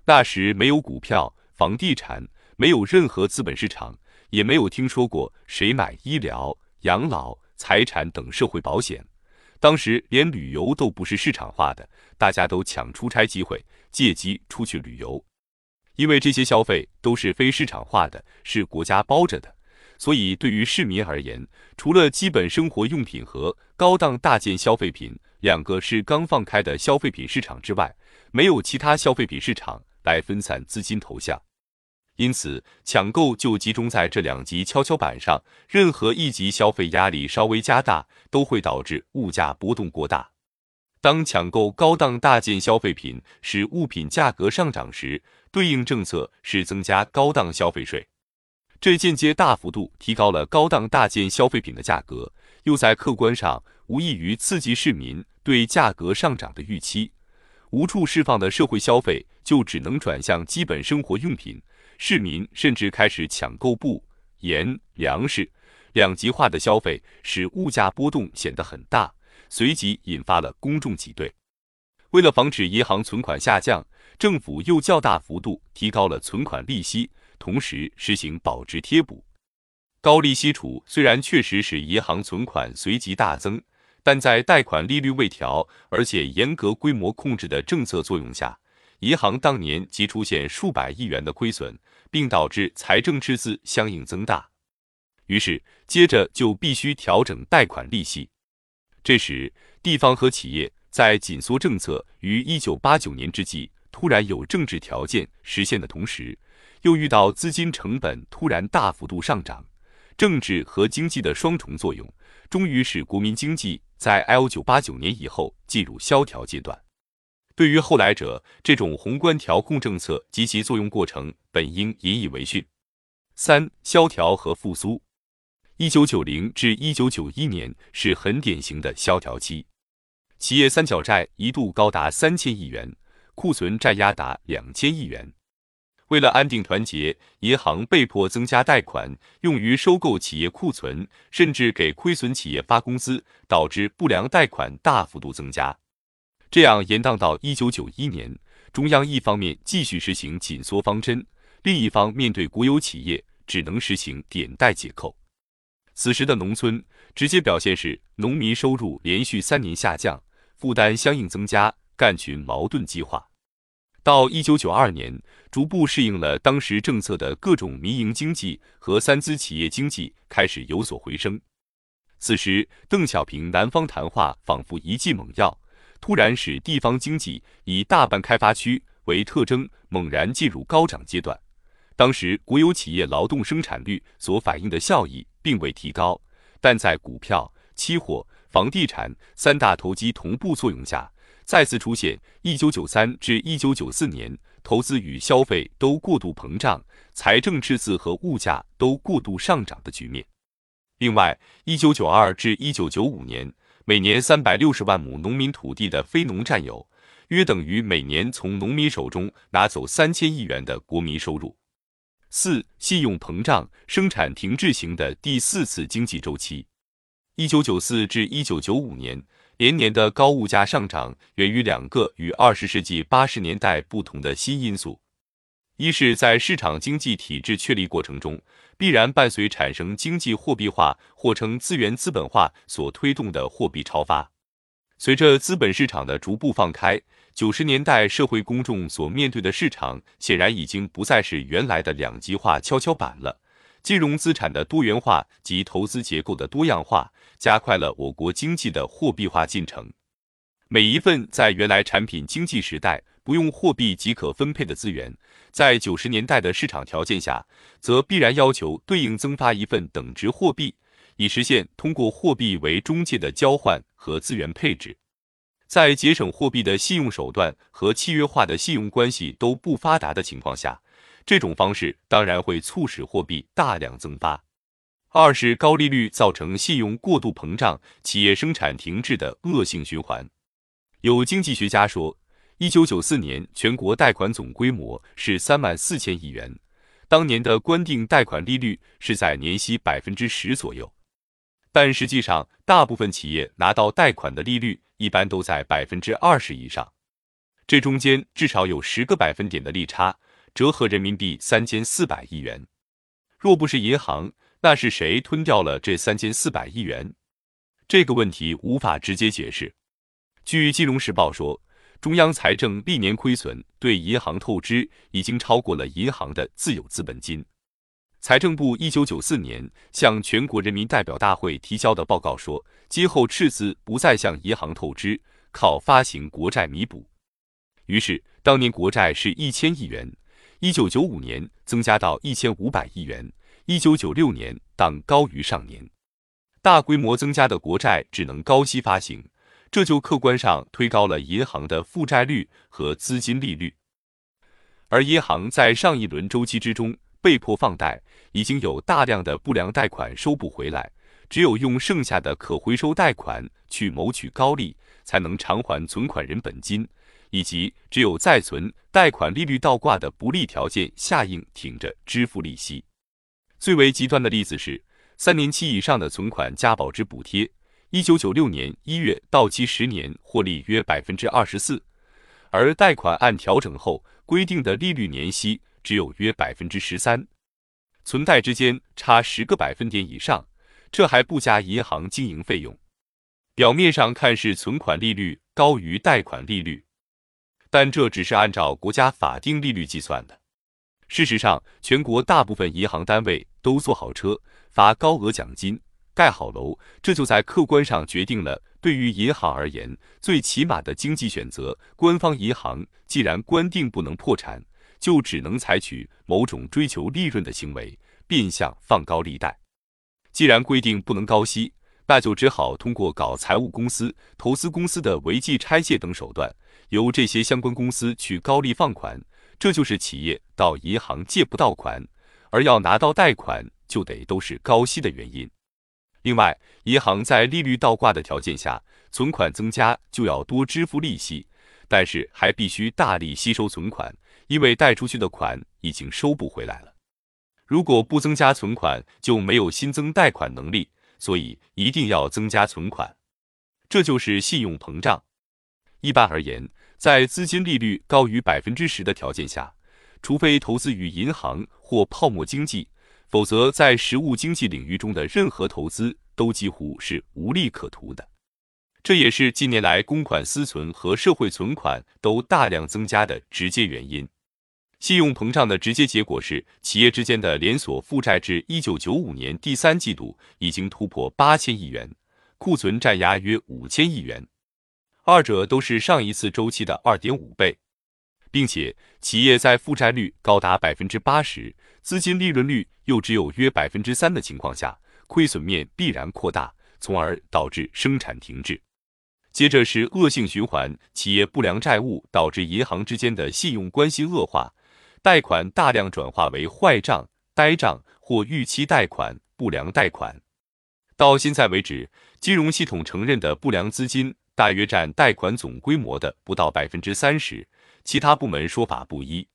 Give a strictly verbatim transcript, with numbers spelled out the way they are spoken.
那时没有股票、房地产，没有任何资本市场，也没有听说过谁买医疗、养老、财产等社会保险。当时连旅游都不是市场化的，大家都抢出差机会，借机出去旅游。因为这些消费都是非市场化的，是国家包着的，所以对于市民而言，除了基本生活用品和高档大件消费品两个是刚放开的消费品市场之外，没有其他消费品市场来分散资金投向。因此，抢购就集中在这两级跷跷板上，任何一级消费压力稍微加大，都会导致物价波动过大。当抢购高档大件消费品使物品价格上涨时，对应政策是增加高档消费税，这间接大幅度提高了高档大件消费品的价格，又在客观上无异于刺激市民对价格上涨的预期。无处释放的社会消费就只能转向基本生活用品，市民甚至开始抢购布、盐、粮食，两极化的消费使物价波动显得很大，随即引发了公众挤兑。为了防止银行存款下降，政府又较大幅度提高了存款利息，同时实行保值贴补。高利息储虽然确实使银行存款随即大增，但在贷款利率未调而且严格规模控制的政策作用下，银行当年即出现数百亿元的亏损，并导致财政赤字相应增大。于是，接着就必须调整贷款利息。这时，地方和企业在紧缩政策于一九八九年之际突然有政治条件实现的同时，又遇到资金成本突然大幅度上涨，政治和经济的双重作用，终于使国民经济在 I O 九八九年以后进入萧条阶段。对于后来者，这种宏观调控政策及其作用过程本应引以为训。三、萧条和复苏。一九九零至一九九一年是很典型的萧条期，企业三角债一度高达三千亿元，库存占压达两千亿元。为了安定团结，银行被迫增加贷款，用于收购企业库存，甚至给亏损企业发工资，导致不良贷款大幅度增加。这样延宕到一九九一年，中央一方面继续实行紧缩方针，另一方面对国有企业只能实行点贷解扣。此时的农村直接表现是农民收入连续三年下降，负担相应增加，干群矛盾激化。到一九九二年，逐步适应了当时政策的各种民营经济和三资企业经济开始有所回升。此时，邓小平南方谈话仿佛一剂猛药，突然使地方经济以大半开发区为特征猛然进入高涨阶段。当时国有企业劳动生产率所反映的效益并未提高，但在股票、期货、房地产三大投机同步作用下，再次出现一九九三至一九九四年投资与消费都过度膨胀，财政赤字和物价都过度上涨的局面。另外，一九九二至一九九五年，每年三百六十万亩农民土地的非农占有，约等于每年从农民手中拿走三千亿元的国民收入。四、信用膨胀、生产停滞型的第四次经济周期。一九九四至一九九五年，连年的高物价上涨源于两个与二十世纪八十年代不同的新因素。一是在市场经济体制确立过程中，必然伴随产生经济货币化或称资源资本化所推动的货币超发。随着资本市场的逐步放开，九十年代社会公众所面对的市场显然已经不再是原来的两极化跷跷板了。金融资产的多元化及投资结构的多样化，加快了我国经济的货币化进程。每一份在原来产品经济时代不用货币即可分配的资源，在九十年代的市场条件下，则必然要求对应增发一份等值货币，以实现通过货币为中介的交换和资源配置。在节省货币的信用手段和契约化的信用关系都不发达的情况下，这种方式当然会促使货币大量增发。二是高利率造成信用过度膨胀，企业生产停滞的恶性循环。有经济学家说，一九九四年全国贷款总规模是三万四千亿元，当年的官定贷款利率是在年息百分之十左右，但实际上大部分企业拿到贷款的利率一般都在百分之二十以上。 这中间至少有十个百分点的利差，折合人民币三千四百亿元。若不是银行，那是谁吞掉了这三千四百亿元？这个问题无法直接解释。据《金融时报》说，中央财政历年亏损对银行透支已经超过了银行的自有资本金。财政部一九九四年向全国人民代表大会提交的报告说，今后赤字不再向银行透支，靠发行国债弥补。于是，当年国债是一千亿元，一九九五年增加到一千五百亿元，一九九六年当高于上年。大规模增加的国债只能高息发行，这就客观上推高了银行的负债率和资金利率。而银行在上一轮周期之中被迫放贷，已经有大量的不良贷款收不回来，只有用剩下的可回收贷款去谋取高利，才能偿还存款人本金，以及只有再存贷款利率倒挂的不利条件下硬挺着支付利息。最为极端的例子是三年期以上的存款加保值补贴，一九九六年一月到期十年获利约 百分之二十四， 而贷款按调整后规定的利率年息只有约 百分之十三， 存贷之间差十个百分点以上，这还不加银行经营费用。表面上看是存款利率高于贷款利率，但这只是按照国家法定利率计算的。事实上，全国大部分银行单位都坐好车，发高额奖金，盖好楼，这就在客观上决定了对于银行而言最起码的经济选择。官方银行既然官定不能破产，就只能采取某种追求利润的行为，变相放高利贷。既然规定不能高息，那就只好通过搞财务公司、投资公司的违纪拆借等手段，由这些相关公司去高利放款，这就是企业到银行借不到款，而要拿到贷款就得都是高息的原因。另外，银行在利率倒挂的条件下，存款增加就要多支付利息，但是还必须大力吸收存款，因为贷出去的款已经收不回来了。如果不增加存款，就没有新增贷款能力，所以一定要增加存款，这就是信用膨胀。一般而言，在资金利率高于 百分之十 的条件下，除非投资于银行或泡沫经济，否则在实物经济领域中的任何投资都几乎是无利可图的。这也是近年来公款私存和社会存款都大量增加的直接原因。信用膨胀的直接结果是，企业之间的连锁负债至一九九五年第三季度已经突破八千亿元，库存占压约五千亿元，二者都是上一次周期的 二点五倍。并且企业在负债率高达 百分之八十， 资金利润率又只有约 百分之三 的情况下，亏损面必然扩大，从而导致生产停滞。接着是恶性循环，企业不良债务导致银行之间的信用关系恶化，贷款大量转化为坏账、呆账或逾期贷款、不良贷款。到现在为止，金融系统承认的不良资金大约占贷款总规模的不到 百分之三十， 其他部门说法不一。